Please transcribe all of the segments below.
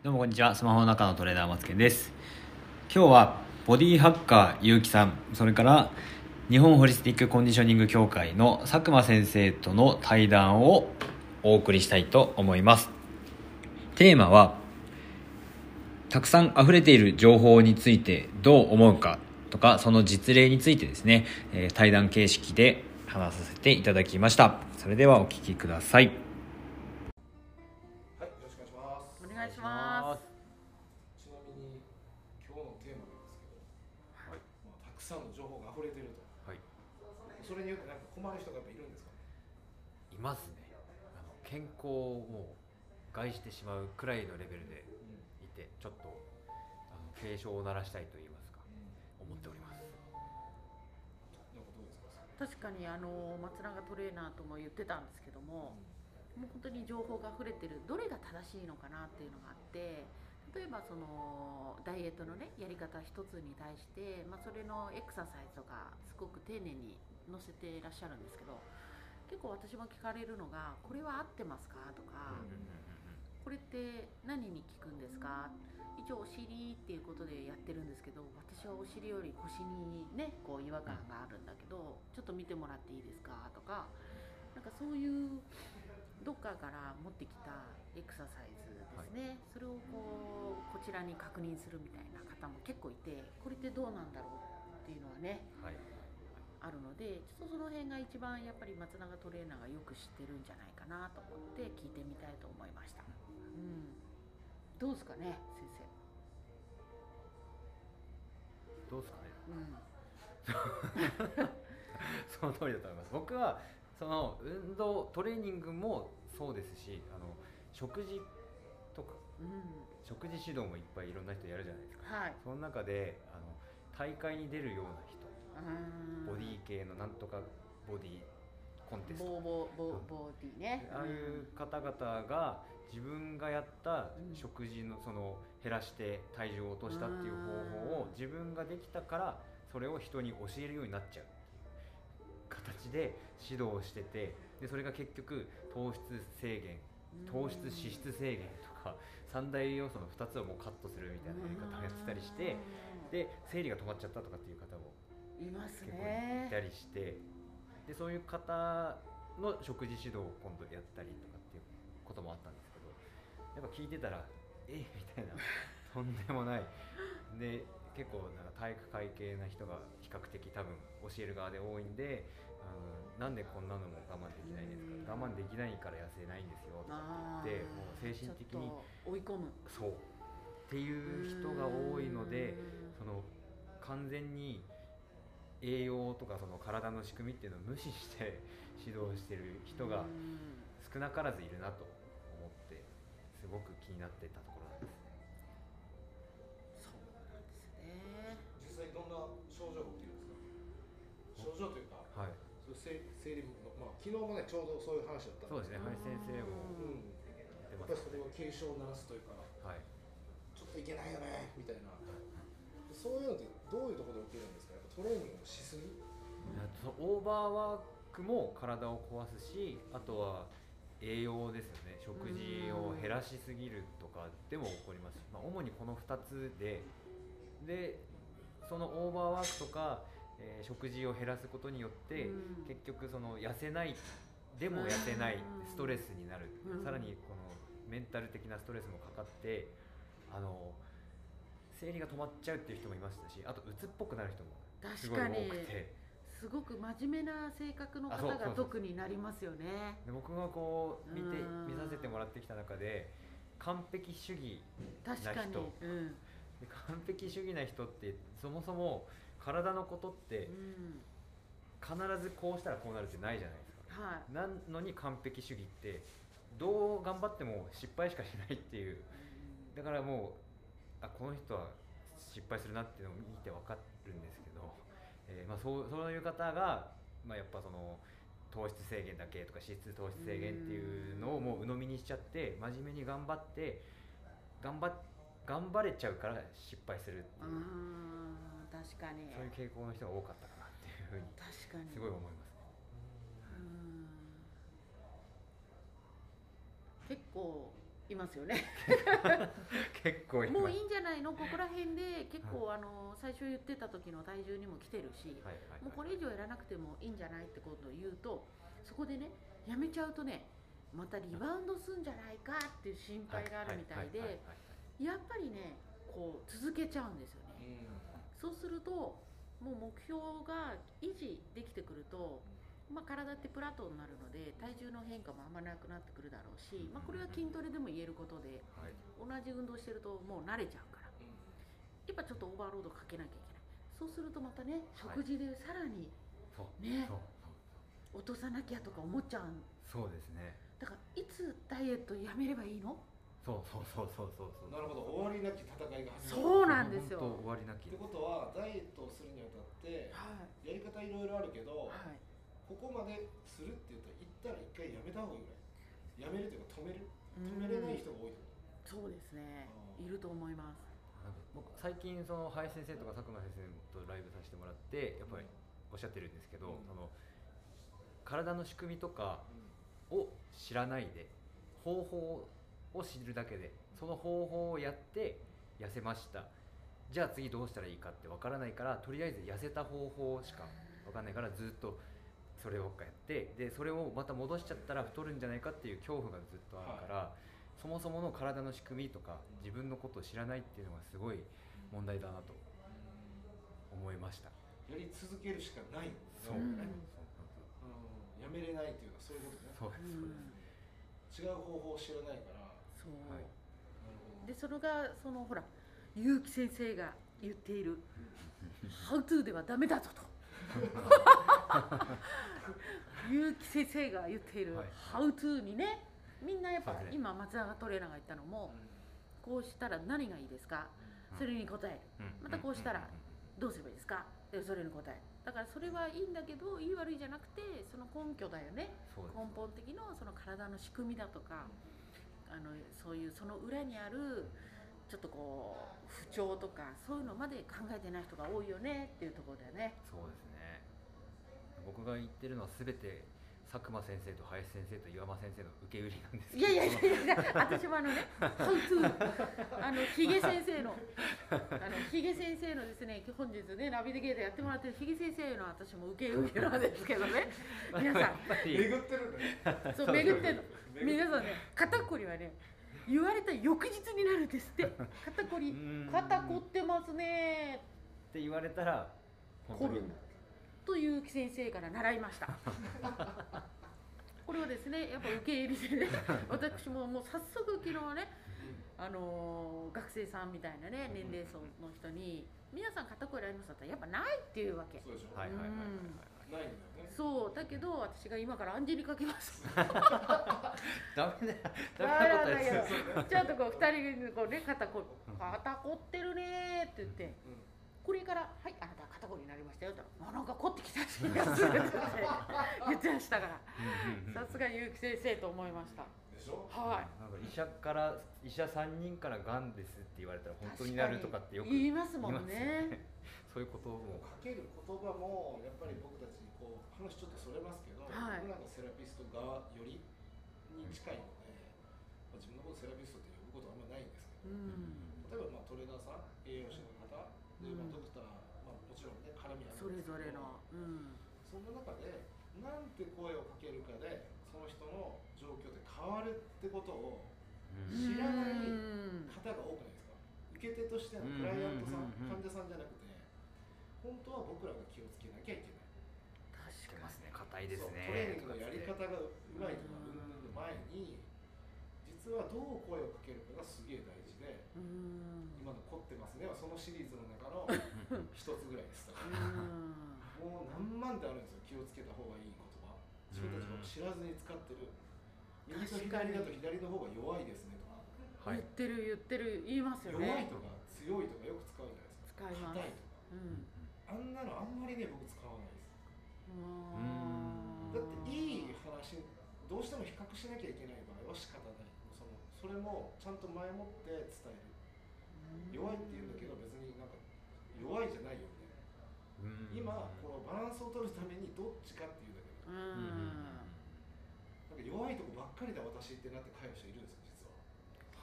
どうもこんにちは。スマホの中のトレーナー松健です。今日はボディハッカーゆうきさん、それから日本ホリスティックコンディショニング協会の佐久間先生との対談をお送りしたいと思います。テーマはたくさん溢れている情報についてどう思うかとか、その実例についてですね、対談形式で話させていただきました。それではお聞きください。 はい、よろしくお願いします。 お願いします。 ちなみに今日のテーマなんですけど、 はい、 たくさんの情報が溢れていると、 はい、 それによってなんか困る人がやっぱいるんですか？ いますね。健康をもう害してしまうくらいのレベルでいて、ちょっと警鐘を鳴らしたいと言いますか、思っております。 なんかどうですか？ 確かに松永トレーナーとも言ってたんですけども、もう本当に情報が溢れてる、どれが正しいのかなっていうのがあって、例えばそのダイエットのねやり方一つに対して、それのエクササイズとかすごく丁寧に載せていらっしゃるんですけど、結構私も聞かれるのが、これは合ってますかとか、これって何に効くんですか。一応お尻っていうことでやってるんですけど、私はお尻より腰にねこう違和感があるんだけど、ちょっと見てもらっていいですかとか、なんかそういうどっかから持ってきたエクササイズですね、それをこちらに確認するみたいな方も結構いて、これってどうなんだろうっていうのはね、あるので、ちょっとその辺が一番やっぱり松永トレーナーがよく知ってるんじゃないかなと思って聞いてみたいと思いました。どうですかね、先生。 どうですかね。その通りだと思います。僕はその運動トレーニングもそうですし、食事とか、食事指導もいっぱいいろんな人やるじゃないですか。その中で大会に出るような人、ボディ系のなんとかボディコンテスト、 ボディね、 ああいう方々が自分がやった食事のその減らして体重を落としたっていう方法を自分ができたから、それを人に教えるようになっちゃうっていう形で指導してて、でそれが結局糖質制限、糖質脂質制限とか三大栄養素の2つをもうカットするみたいなやり方をやってたりして、で生理が止まっちゃったとかっていう方もいます結構ね。 いたりして、でそういう方の食事指導を今度やったりとかっていうこともあったんですけど、やっぱ聞いてたらみたいなとんでもないで、結構なんか体育会系な人が比較的多分教える側で多いんで、なんでこんなのも我慢できないんですか、我慢できないから痩せないんですよとかって言って、もう精神的に追い込むそうっていう人が多いので、その完全に栄養とかその体の仕組みっていうのを無視して指導してる人が少なからずいるなと思って、すごく気になってたところなんです。 そうなんですね。 実際どんな症状が起きるんですか？症状というか、生理の、昨日もねちょうどそういう話だったんです。 そうですね、林先生もやっぱりそれを警鐘を鳴らすというか、ちょっといけないよねみたいな、そういうのってどういうところで起きるんですか？やっぱトレーニングをしすぎ？ オーバーワークも体を壊すし、あとは栄養ですよね。食事を減らしすぎるとかでも起こりますし、主にこの2つでそのオーバーワークとか、食事を減らすことによって結局その痩せないでも痩せないストレスになる、さらにこのメンタル的なストレスもかかって、生理が止まっちゃうっていう人もいましたし、あと鬱っぽくなる人もすごい多くて、 すごく真面目な性格の方が特になりますよね。 で僕がこう見させてもらってきた中で、完璧主義な人、完璧主義な人ってそもそも体のことって必ずこうしたらこうなるってないじゃないですか。なのに完璧主義ってどう頑張っても失敗しかしないっていう、だからもうこの人は失敗するなっていうのを見て分かるんですけど、そういう方が、やっぱその糖質制限だけとか脂質糖質制限っていうのをもう鵜呑みにしちゃって、真面目に頑張って頑張れちゃうから失敗するっていう、 確かにそういう傾向の人が多かったかなっていうふうにすごい思いますね。 結構いますよね結構もういいんじゃないの、ここら辺で結構最初言ってた時の体重にも来てるし、もうこれ以上やらなくてもいいんじゃないってことを言うと、そこでねやめちゃうとねまたリバウンドするんじゃないかっていう心配があるみたいで、やっぱりねこう続けちゃうんですよね。そうするともう目標が維持できてくると、体ってプラトーになるので体重の変化もあんまなくなってくるだろうし、これは筋トレでも言えることで、同じ運動してるともう慣れちゃうから、やっぱちょっとオーバーロードかけなきゃいけない。そうするとまたね食事でさらにね落とさなきゃとか思っちゃう。 そうですね。 だからいつダイエットやめればいいの？ そうなるほど、終わりなき戦いが始まる。そうなんですよ。 終わりなきってことはダイエットをするにあたって、やり方いろいろあるけど、ここまでするって言ったら一回やめた方がいいぐらい。やめるというか止めれない人が多いってこと。そうですね、いると思います。 僕最近その林先生とか佐久間先生とライブさせてもらってやっぱりおっしゃってるんですけど、その体の仕組みとかを知らないで方法を知るだけで、その方法をやって痩せました、じゃあ次どうしたらいいかって分からないから、とりあえず痩せた方法しか分かんないからずっとそれをやって、でそれをまた戻しちゃったら太るんじゃないかっていう恐怖がずっとあるから、そもそもの体の仕組みとか自分のことを知らないっていうのがすごい問題だなと思いました。 やり続けるしかない。そうね。やめれないっていうのはそういうことね。 そうです。 違う方法を知らないから。 そう。でそれがそのほら結城先生が言っているHow to ではダメだぞと。結城先生が言っている How to にね、みんなやっぱ今松永トレーナーが言ったのも、こうしたら何がいいですか、それに答える、またこうしたらどうすればいいですか、でそれに答える。だからそれはいいんだけど、いい悪いじゃなくてその根拠だよね。根本的なその体の仕組みだとか、そういうその裏にあるちょっとこう不調とかそういうのまで考えてない人が多いよねっていうところだよね。 そうですね。僕が言ってるのは全て佐久間先生と林先生と岩間先生の受け売りなんですけど。 いや私もねHow to ヒゲ先生のヒゲ先生のですね、本日ねナビゲーターやってもらってるヒゲ先生の私も受け売りなんですけどね。皆さん巡ってるね。 そう巡ってるの。皆さんね、肩こりはね言われた翌日になるんですって。肩こり肩こってますねって言われたらこるという先生から習いました。これをですねやっぱ受け入れてね、私ももう早速昨日ね、学生さんみたいなね年齢層の人に皆さん肩こりありますかって言ったらやっぱないっていうわけ。 そうでしょ。 ないんだよね。 そうだけど私が今から暗示にかけます。 ダメだだけどちゃんとこう2人こうね肩こってるねって言って、これからはいあなた肩こりになりましたよと、なんか凝ってきたし言ってましたから、さすが結城先生と思いました。 でしょ。 はい。 なんか医者3人からがんですって言われたら本当になるとかってよく言いますもんね。 そういうことをかける言葉もやっぱり僕たちこう話ちょっとそれますけど、僕らのセラピスト側よりに近いので、自分のことセラピストって呼ぶことはあんまないんですけど、例えばトレーナーさん、栄養士の方で、ドクター、もちろんね絡みあるんですけど、 それぞれの、 そんな中でなんて声をかけるかでその人の状況で変わるってことを知らない方が多くないですか。受け手としてのクライアントさん、患者さんじゃなくて、本当は僕らが気をつけなきゃいけない。 確かに硬いですね。 トレーニングのやり方がうまいとかうんぬんの前に、実はどう声をかけるかがすげえ大事で、今の凝ってますねはそのシリーズの中の一つぐらいです。もう何万ってあるんですよ、気をつけた方がいい言葉。自分たちも知らずに使ってる。右と左だと左の方が弱いですねとか、 言ってる言いますよね。 弱いとか強いとかよく使うじゃないですか。硬いとか、あんなのあんまりね僕使わないです。だっていい話どうしても比較しなきゃいけない場合は仕方ない。それもちゃんと前もって伝える。弱いって言うんだけど別になんか弱いじゃないよね。今このバランスを取るためにどっちかっていうだけだ。なんか弱いとこばっかりで私ってなって帰る人いるんですよ実は。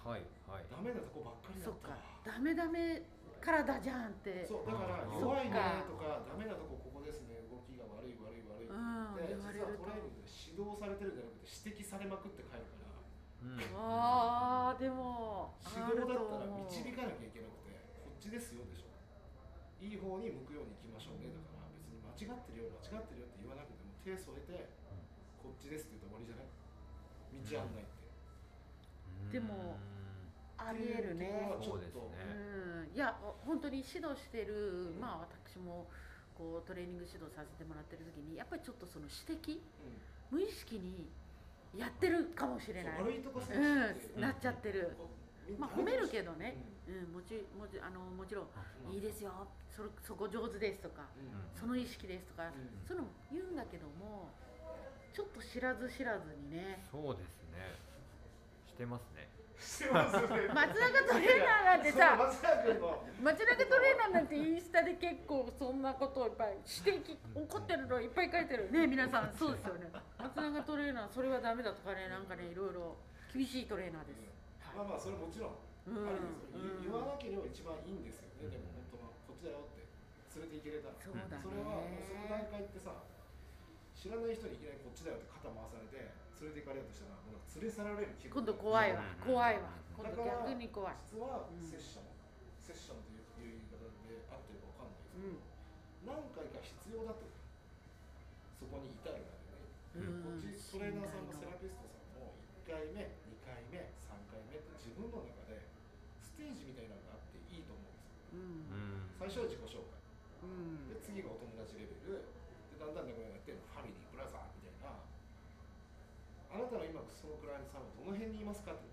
はいはい、 ダメなとこばっかりだっそったか、 わ。 ダメからだじゃんって。 そうだから弱いねとかダメなとこここですね、動きが悪いって言って、実はトレーニングで指導されてるんじゃなくて指摘されまくって帰るから、 ああでも指導だったら導かなきゃいけなくて、こっちですよでしょ、いい方に向くように行きましょうね、だから別に間違ってるよって言わなくても手添えてこっちですって言ったら終わりじゃない、道案内って。 でもありえるね。 そうですね。 いや本当に指導してる、まあ私もこうトレーニング指導させてもらってる時にやっぱりちょっとその指摘、無意識にやってるかもしれない。 悪いとこなっちゃってる。まあ褒めるけどね、もちろんいいですよ、そこ上手ですとか、その意識ですとか、そういうの言うんだけども、ちょっと知らずにね。 そうですね。してますね。 松永トレーナーなんてさ、松永トレーナーなんてインスタで結構そんなことをいっぱい指摘、怒ってるのいっぱい書いてるね、皆さん。そうですよね。松永トレーナーそれはダメだとかね、なんかね、いろいろ厳しいトレーナーです。 まあそれもちろんありですよ、言わなければ一番いいんですよね。でも本当はこっちだよって連れて行けれたら、それはもうその段階ってさ、知らない人にいきなりこっちだよって肩回されて連れて行かれようとしたら、もう連れ去られる気分。 今度怖いわ。今度逆に怖い。 実はセッションという言い方で合ってるかわかんないですけど、何回か必要だと、そこにいたいわけでね。こっちトレーナーさんもセラピストさんも1回目2回目3回目って自分の中でステージみたいなのがあっていいと思うんですよ。最初は自己紹介、で次がお友達レベルで、だんだん仲良くなってファミリーブラザーみたいな。あなたの今そのクライアントさんはどの辺にいますかってこと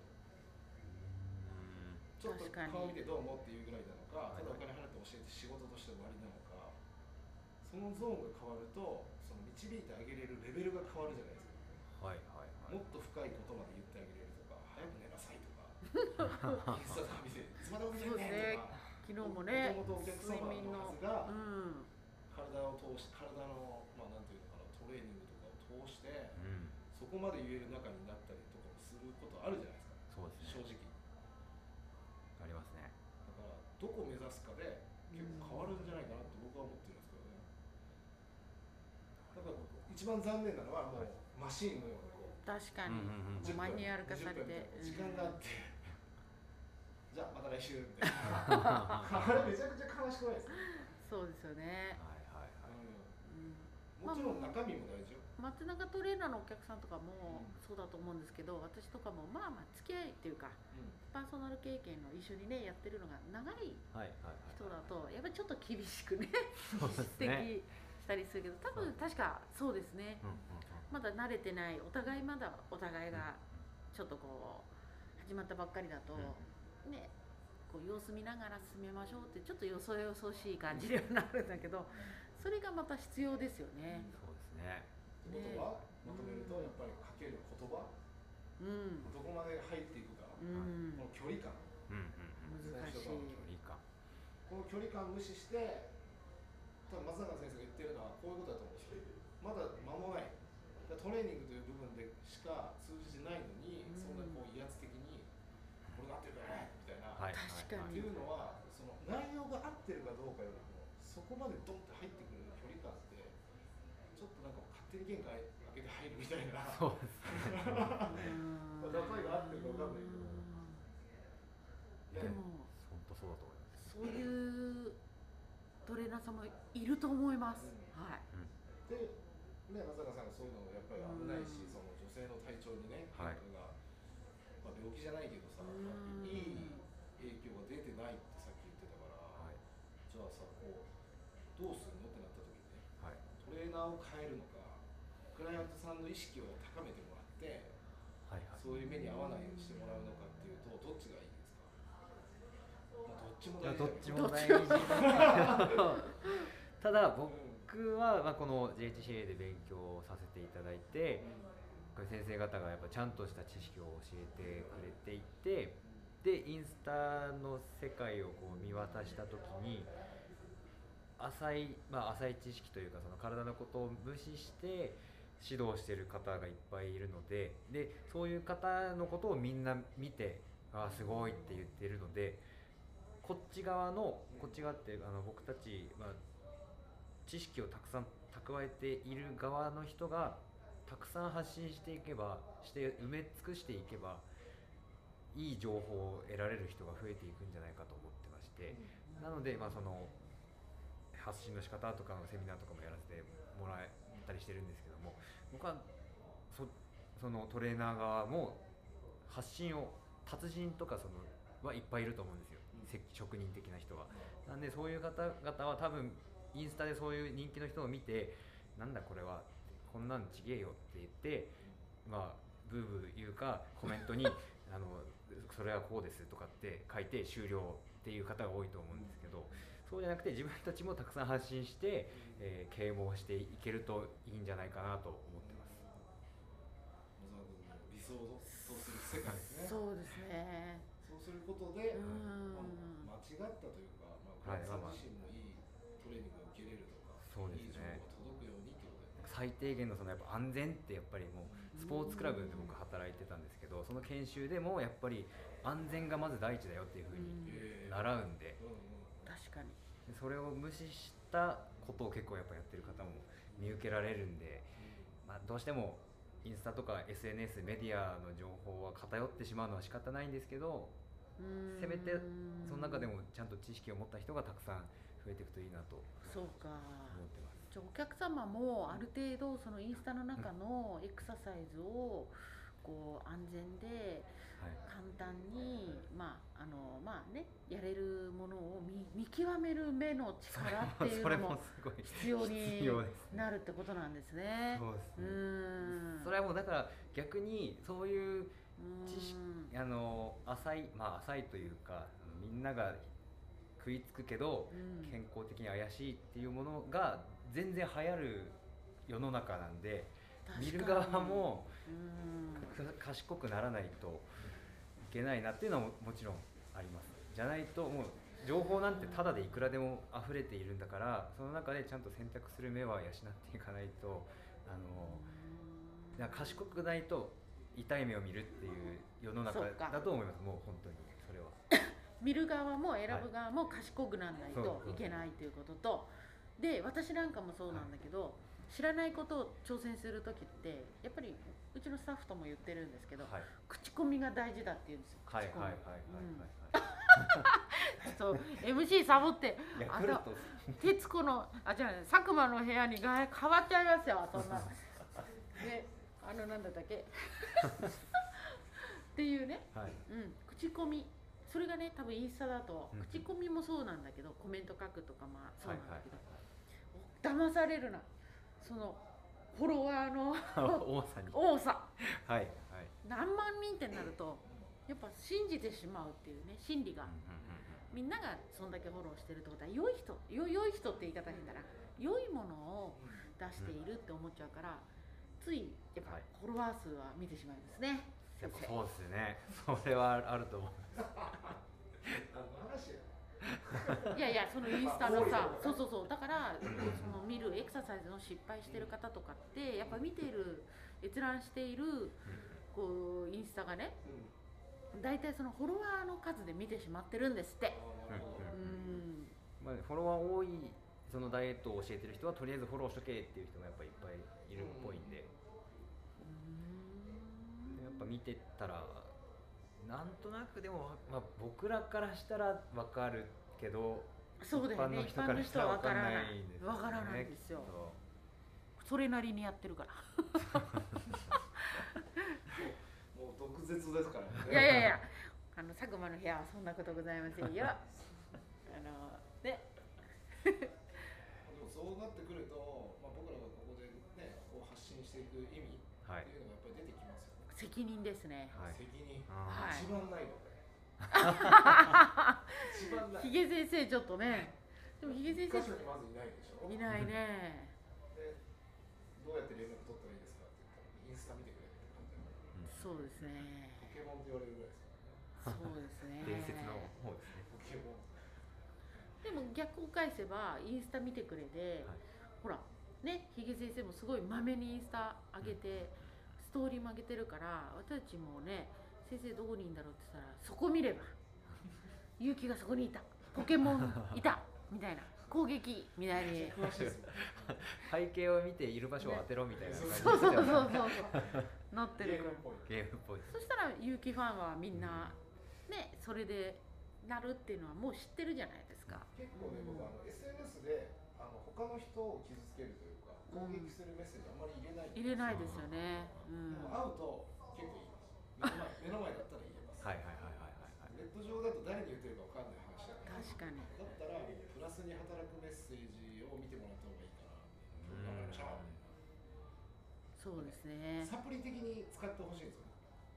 、ちょっと顔見てどう思っていうぐらいなのか、ただお金払って教えて仕事として終わりなのか、そのゾーンが変わるとその導いてあげれるレベルが変わるじゃないですか。もっと深いことまで言ってあげれるとか、早く寝なさいとかインスタとか見ていつまでも見てんねんとか、 昨日もね、 もともとお客様のはずが、体を通して体のまあなんていうのかな、トレーニングとかを通して、そこまで言える仲になったりとかもすることあるじゃないですか。 そうですね。 正直ありますね。 だからどこを目指すかで結構変わるんじゃないかなって僕は思ってるんですけどね。だから一番残念なのはもうマシーンのようにこう、 確かにマニュアル化されて時間があって、じゃあまた来週みたいなあれめちゃくちゃ悲しくないですか。 そうですよね。 もちろん中身も大事よ。 松永トレーナーのお客さんとかもそうだと思うんですけど、私とかもまあ付き合いっていうか、パーソナル経験の一緒にねやってるのが長い人だとやっぱりちょっと厳しくね指摘したりするけど、多分確かそうですね。まだ慣れてない、お互いがちょっとこう始まったばっかりだとね、こう様子見ながら進めましょうってちょっとよそよそしい感じになるんだけど、それがまた必要ですよね。 そうですね。 ってことはまとめるとやっぱりかける言葉、どこまで入っていくか、この距離感、 難しいこの距離感無視して、多分松永先生が言ってるのはこういうことだと思うんですよ。まだ間もない、トレーニングという部分でしか通じてないのに、そんなこう威圧的にこれが合ってるからみたいな、 確かにっていうのはその内容が合ってるかどうかよりもそこまでドンって入ってくる距離感ってちょっとなんか勝手に玄関開けて入るみたいな。 そうですね。 例えが合ってるか分かんないけど、 でも本当そうだと思います。 そういうトレーナーさんもいると思います。 で、松永さんがそういうのやっぱり危ないし、その女性の体調にね変化が、まあ病気じゃないけどさ、いい影響が出てないってさっき言ってたから、じゃあさこうどうするのってなった時にね、トレーナーを変えるのか、クライアントさんの意識を高めてもらって、そういう目に合わないようにしてもらうのかっていうと、どっちがいいですか。まあ、どっちも大事。 どっちも大事。ただ僕は、この JHCA で勉強させていただいて、先生方がやっぱちゃんとした知識を教えてくれていて、でインスタの世界をこう見渡した時に浅い知識というか、その体のことを無視して指導している方がいっぱいいるので、そういう方のことをみんな見て、 がすごいって言ってるので、こっち側って僕たち、知識をたくさん蓄えている側の人がたくさん発信していけば埋め尽くしていけばいい情報を得られる人が増えていくんじゃないかと思ってまして、なので、その発信の仕方とかのセミナーとかもやらせてもらったりしてるんですけども、僕はそのトレーナー側も発信を達人とかはいっぱいいると思うんですよ、職人的な人は。なんでそういう方々は多分インスタでそういう人気の人を見て、なんだこれはこんなんちげえよって言って、ブーブー言うかコメントにそれはこうですとかって書いて終了っていう方が多いと思うんですけど、そうじゃなくて自分たちもたくさん発信して、啓蒙していけるといいんじゃないかなと思ってます。 理想とする世界ですね。 そうですね。 そうすることで、間違ったというか、倉田さん自身もいいトレーニングを受けれるとか、 そうですね、 いい情報が届くようにってことで、 最低限のやっぱ安全ってやっぱりもうスポーツクラブで僕働いてたんですけど、その研修でもやっぱり安全がまず第一だよっていう風に習うんで、 確かにそれを無視したことを結構やっぱやってる方も見受けられるんで、どうしてもインスタとか SNS メディアの情報は偏ってしまうのは仕方ないんですけど、せめてその中でもちゃんと知識を持った人がたくさん増えていくといいなと思ってます。 じゃあお客様もある程度そのインスタの中のエクササイズをこう安全で簡単にやれるものを見極める目の力っていうのも必要になるってことなんですね。 そうですね。それはもうだから逆にそういう知識浅いというか、みんなが食いつくけど健康的に怪しいっていうものが全然流行る世の中なんで、見る側も賢くならないといけないなっていうのは もちろんあります。じゃないともう情報なんてただでいくらでも溢れているんだから、その中でちゃんと選択する目は養っていかないと、賢くないと痛い目を見るっていう世の中だと思います。もう本当にそれは見る側も選ぶ側も賢くならないといけないということと、で私なんかもそうなんだけど、知らないことを挑戦する時ってやっぱりうちのスタッフとも言ってるんですけど、口コミが大事だって言うんですよ。口コミ。ちょっと MC サボって徹子の佐久間の部屋に変わっちゃいますよ、そんなでなんだったっけっていうね、口コミ、それがね多分インスタだと口コミもそうなんだけど、コメント書くとかそうなんだけど、騙されるな、そのフォロワーの多さ、何万人ってなるとやっぱ信じてしまうっていうね、心理が、みんながそんだけフォローしてるってことは良い人って言い方変だな、良いものを出しているって思っちゃうから、ついやっぱフォロワー数は見てしまいますね。 そうですね、それはあると思う。 いやそのインスタのさ、そうだからその見るエクササイズの失敗してる方とかってやっぱ見ている閲覧しているこうインスタがね、大体そのフォロワーの数で見てしまってるんですって。 フォロワー多いそのダイエットを教えてる人はとりあえずフォローしとけっていう人がやっぱいっぱいいるっぽいんで、やっぱ見てたらなんとなくでも、僕らからしたら分かるけど、 そうだよね、 一般の人からしたら分からないんですよね。 分からないんですよ。それなりにやってるからもう毒舌ですからね。 いや佐久間の部屋はそんなことございませんよ。でもそうなってくると、僕らがここでねこう発信していく意味っていうのがやっぱり出てきますよね。 責任ですね。 責任、一番ないので。 ヒゲ先生ちょっとね、でもヒゲ先生にまずいないでしょ。 いないね。 でどうやって連絡取ったらいいですかって言ったらインスタ見てくれって感じ。 そうですね。 ポケモンって言われるぐらいですからね。 そうですね。 伝説の方ですね。 ポケモン。 でも逆を返せばインスタ見てくれで、ほらね、ヒゲ先生もすごいまめにインスタ上げて、ストーリーも上げてるから、私たちもね先生どこにいるんだろうって言ったら、そこ見れば勇気がそこにいた、ポケモンいたみたいな、攻撃みたいに背景を見ている場所を当てろみたいな感じですそうそうよそうね。 そうなってるからゲームっぽい。 そしたら勇気ファンはみんなね、それでなるっていうのはもう知ってるじゃないですか。 結構ね、僕SNS で他の人を傷つけるというか攻撃するメッセージあんまり入れないですよね。 でも会うと結構言います。目の前だったら言えます。 はいはいはいはい。 ネット上だと誰に言ってるか分かんない話だから。 確かに。 だったらプラスに働くメッセージを見てもらった方がいいかな。 そうですね。 サプリ的に使ってほしいんですよ。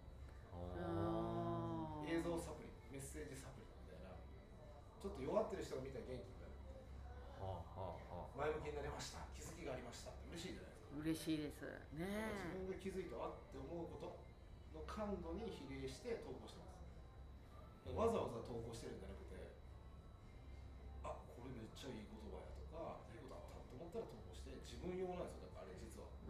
映像サプリ、メッセージサプリみたいな。ちょっと弱ってる人が見たら元気になる。前向きになりました。気づきがありました。嬉しいじゃないですか。 嬉しいですね。 自分が気づいたわって思うことの感度に比例して投稿してます。わざわざ投稿してるんじゃなくて、あ、これめっちゃいい言葉やとか、いいことあったと思ったら投稿して、自分用なんですよ。だからあれ実は。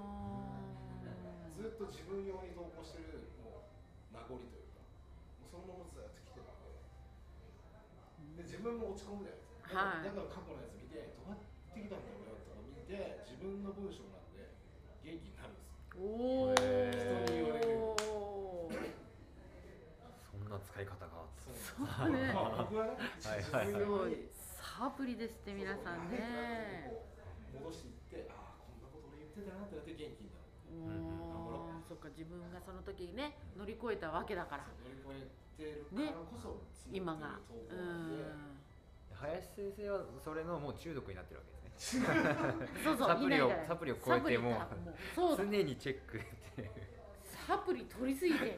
ずっと自分用に投稿してるもう名残というか、もうそのままずっと来てるんで、自分も落ち込むじゃないですか。だから過去のやつ見て、どうやってきたんだろうとか見て、自分の文章なんで元気になるんですよ。人に言われる。 そんな使い方があった。 そうね。 僕はね、 すごいサプリですって皆さんね。 戻していって、ああこんなこと俺言ってたなってなって元気になる。 そっか、自分がその時ね乗り越えたわけだから。 乗り越えてるからこそ今が。 林先生はそれのもう中毒になってるわけですね。 そうそう。 サプリを超えても常にチェックって。 サプリ取りすぎて。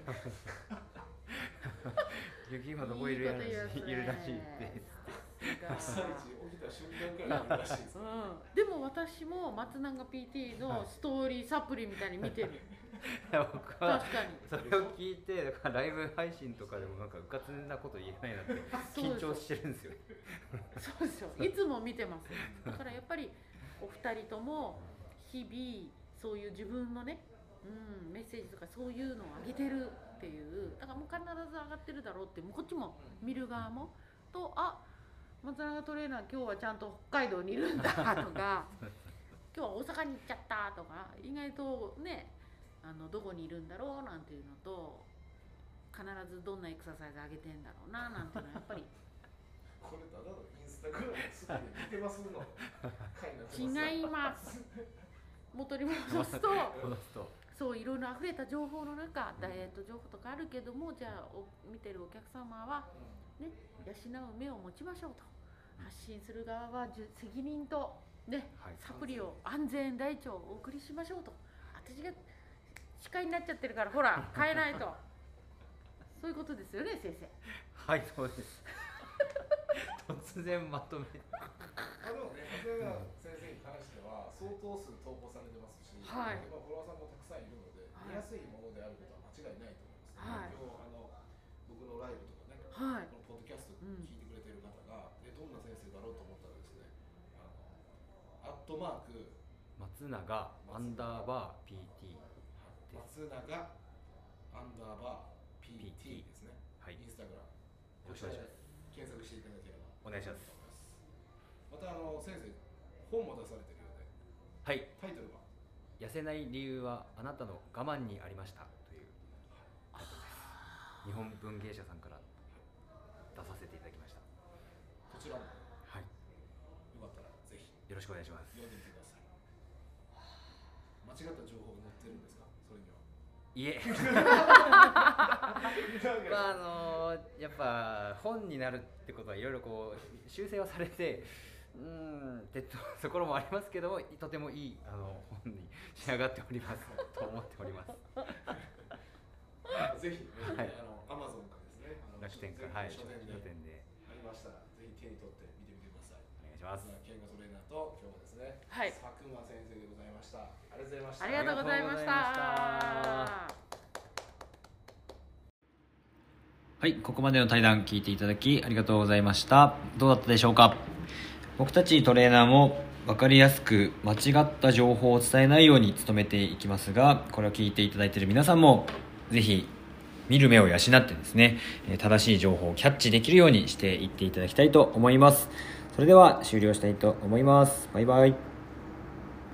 雪今どこいるらしいです。 朝一起きた瞬間かららしいです。 でも私も松永 PT のストーリーサプリみたいに見てる。 僕はそれを聞いて、だからライブ配信とかでもなんかうかつなこと言えないなって緊張してるんですよ。 そうですよ。いつも見てます。だからやっぱりお二人とも日々そういう自分のね、メッセージとかそういうのを上げてるっていう、だからもう必ず上がってるだろうって、もうこっちも見る側もと、あ、松永トレーナー今日はちゃんと北海道にいるんだとか今日は大阪に行っちゃったとか、意外とねどこにいるんだろうなんていうのと、必ずどんなエクササイズ上げてんだろうななんていうのはやっぱりこれただのインスタグラムすぐに見てますの違います。元に戻すとそういろいろ溢れた情報の中、ダイエット情報とかあるけども、じゃあ見てるお客様はね、養う目を持ちましょうと、発信する側は責任とね、サプリを安全第一をお送りしましょうと。私が司会になっちゃってるから、ほら変えないと。そういうことですよね、先生。 はい、そうです。突然まとめ。 でもね、松永先生に関しては相当数投稿されてますし、フォロワーさんもたくさんいるので、見やすいものであることは間違いないと思います。今日僕のライブとかね、このポッドキャスト聞いてくれてる方が、どんな先生だろうと思ったらですね、アットマーク松永アンダーバー PT 松永アンダーバー PT ですね。インスタグラム。 よろしくお願いします。 検索していただければお願いします。 また先生、本も出されてるようで、 はい、 タイトルは痩せない理由はあなたの我慢にありましたというタイトルです。日本文芸社さんから出させていただきました。 こちらも、 はい、 よかったらぜひよろしくお願いします。 読んでみてください。間違った情報が載ってるんですか、それには。 いえやっぱ本になるってことはいろいろこう修正はされてってところもありますけども、とてもいい本に仕上がっておりますと思っております。 ぜひ、Amazon かですね、 楽天か、はい、書店でありましたらぜひ手に取って見てみてください。 お願いします。 健吾トレーナーと今日はですね、佐久間先生でございました。ありがとうございました。 ありがとうございました。 はい、ここまでの対談聞いていただきありがとうございました。どうだったでしょうか。僕たちトレーナーも分かりやすく間違った情報を伝えないように努めていきますが、これを聞いていただいている皆さんもぜひ見る目を養ってですね、正しい情報をキャッチできるようにしていっていただきたいと思います。それでは終了したいと思います。バイバイ。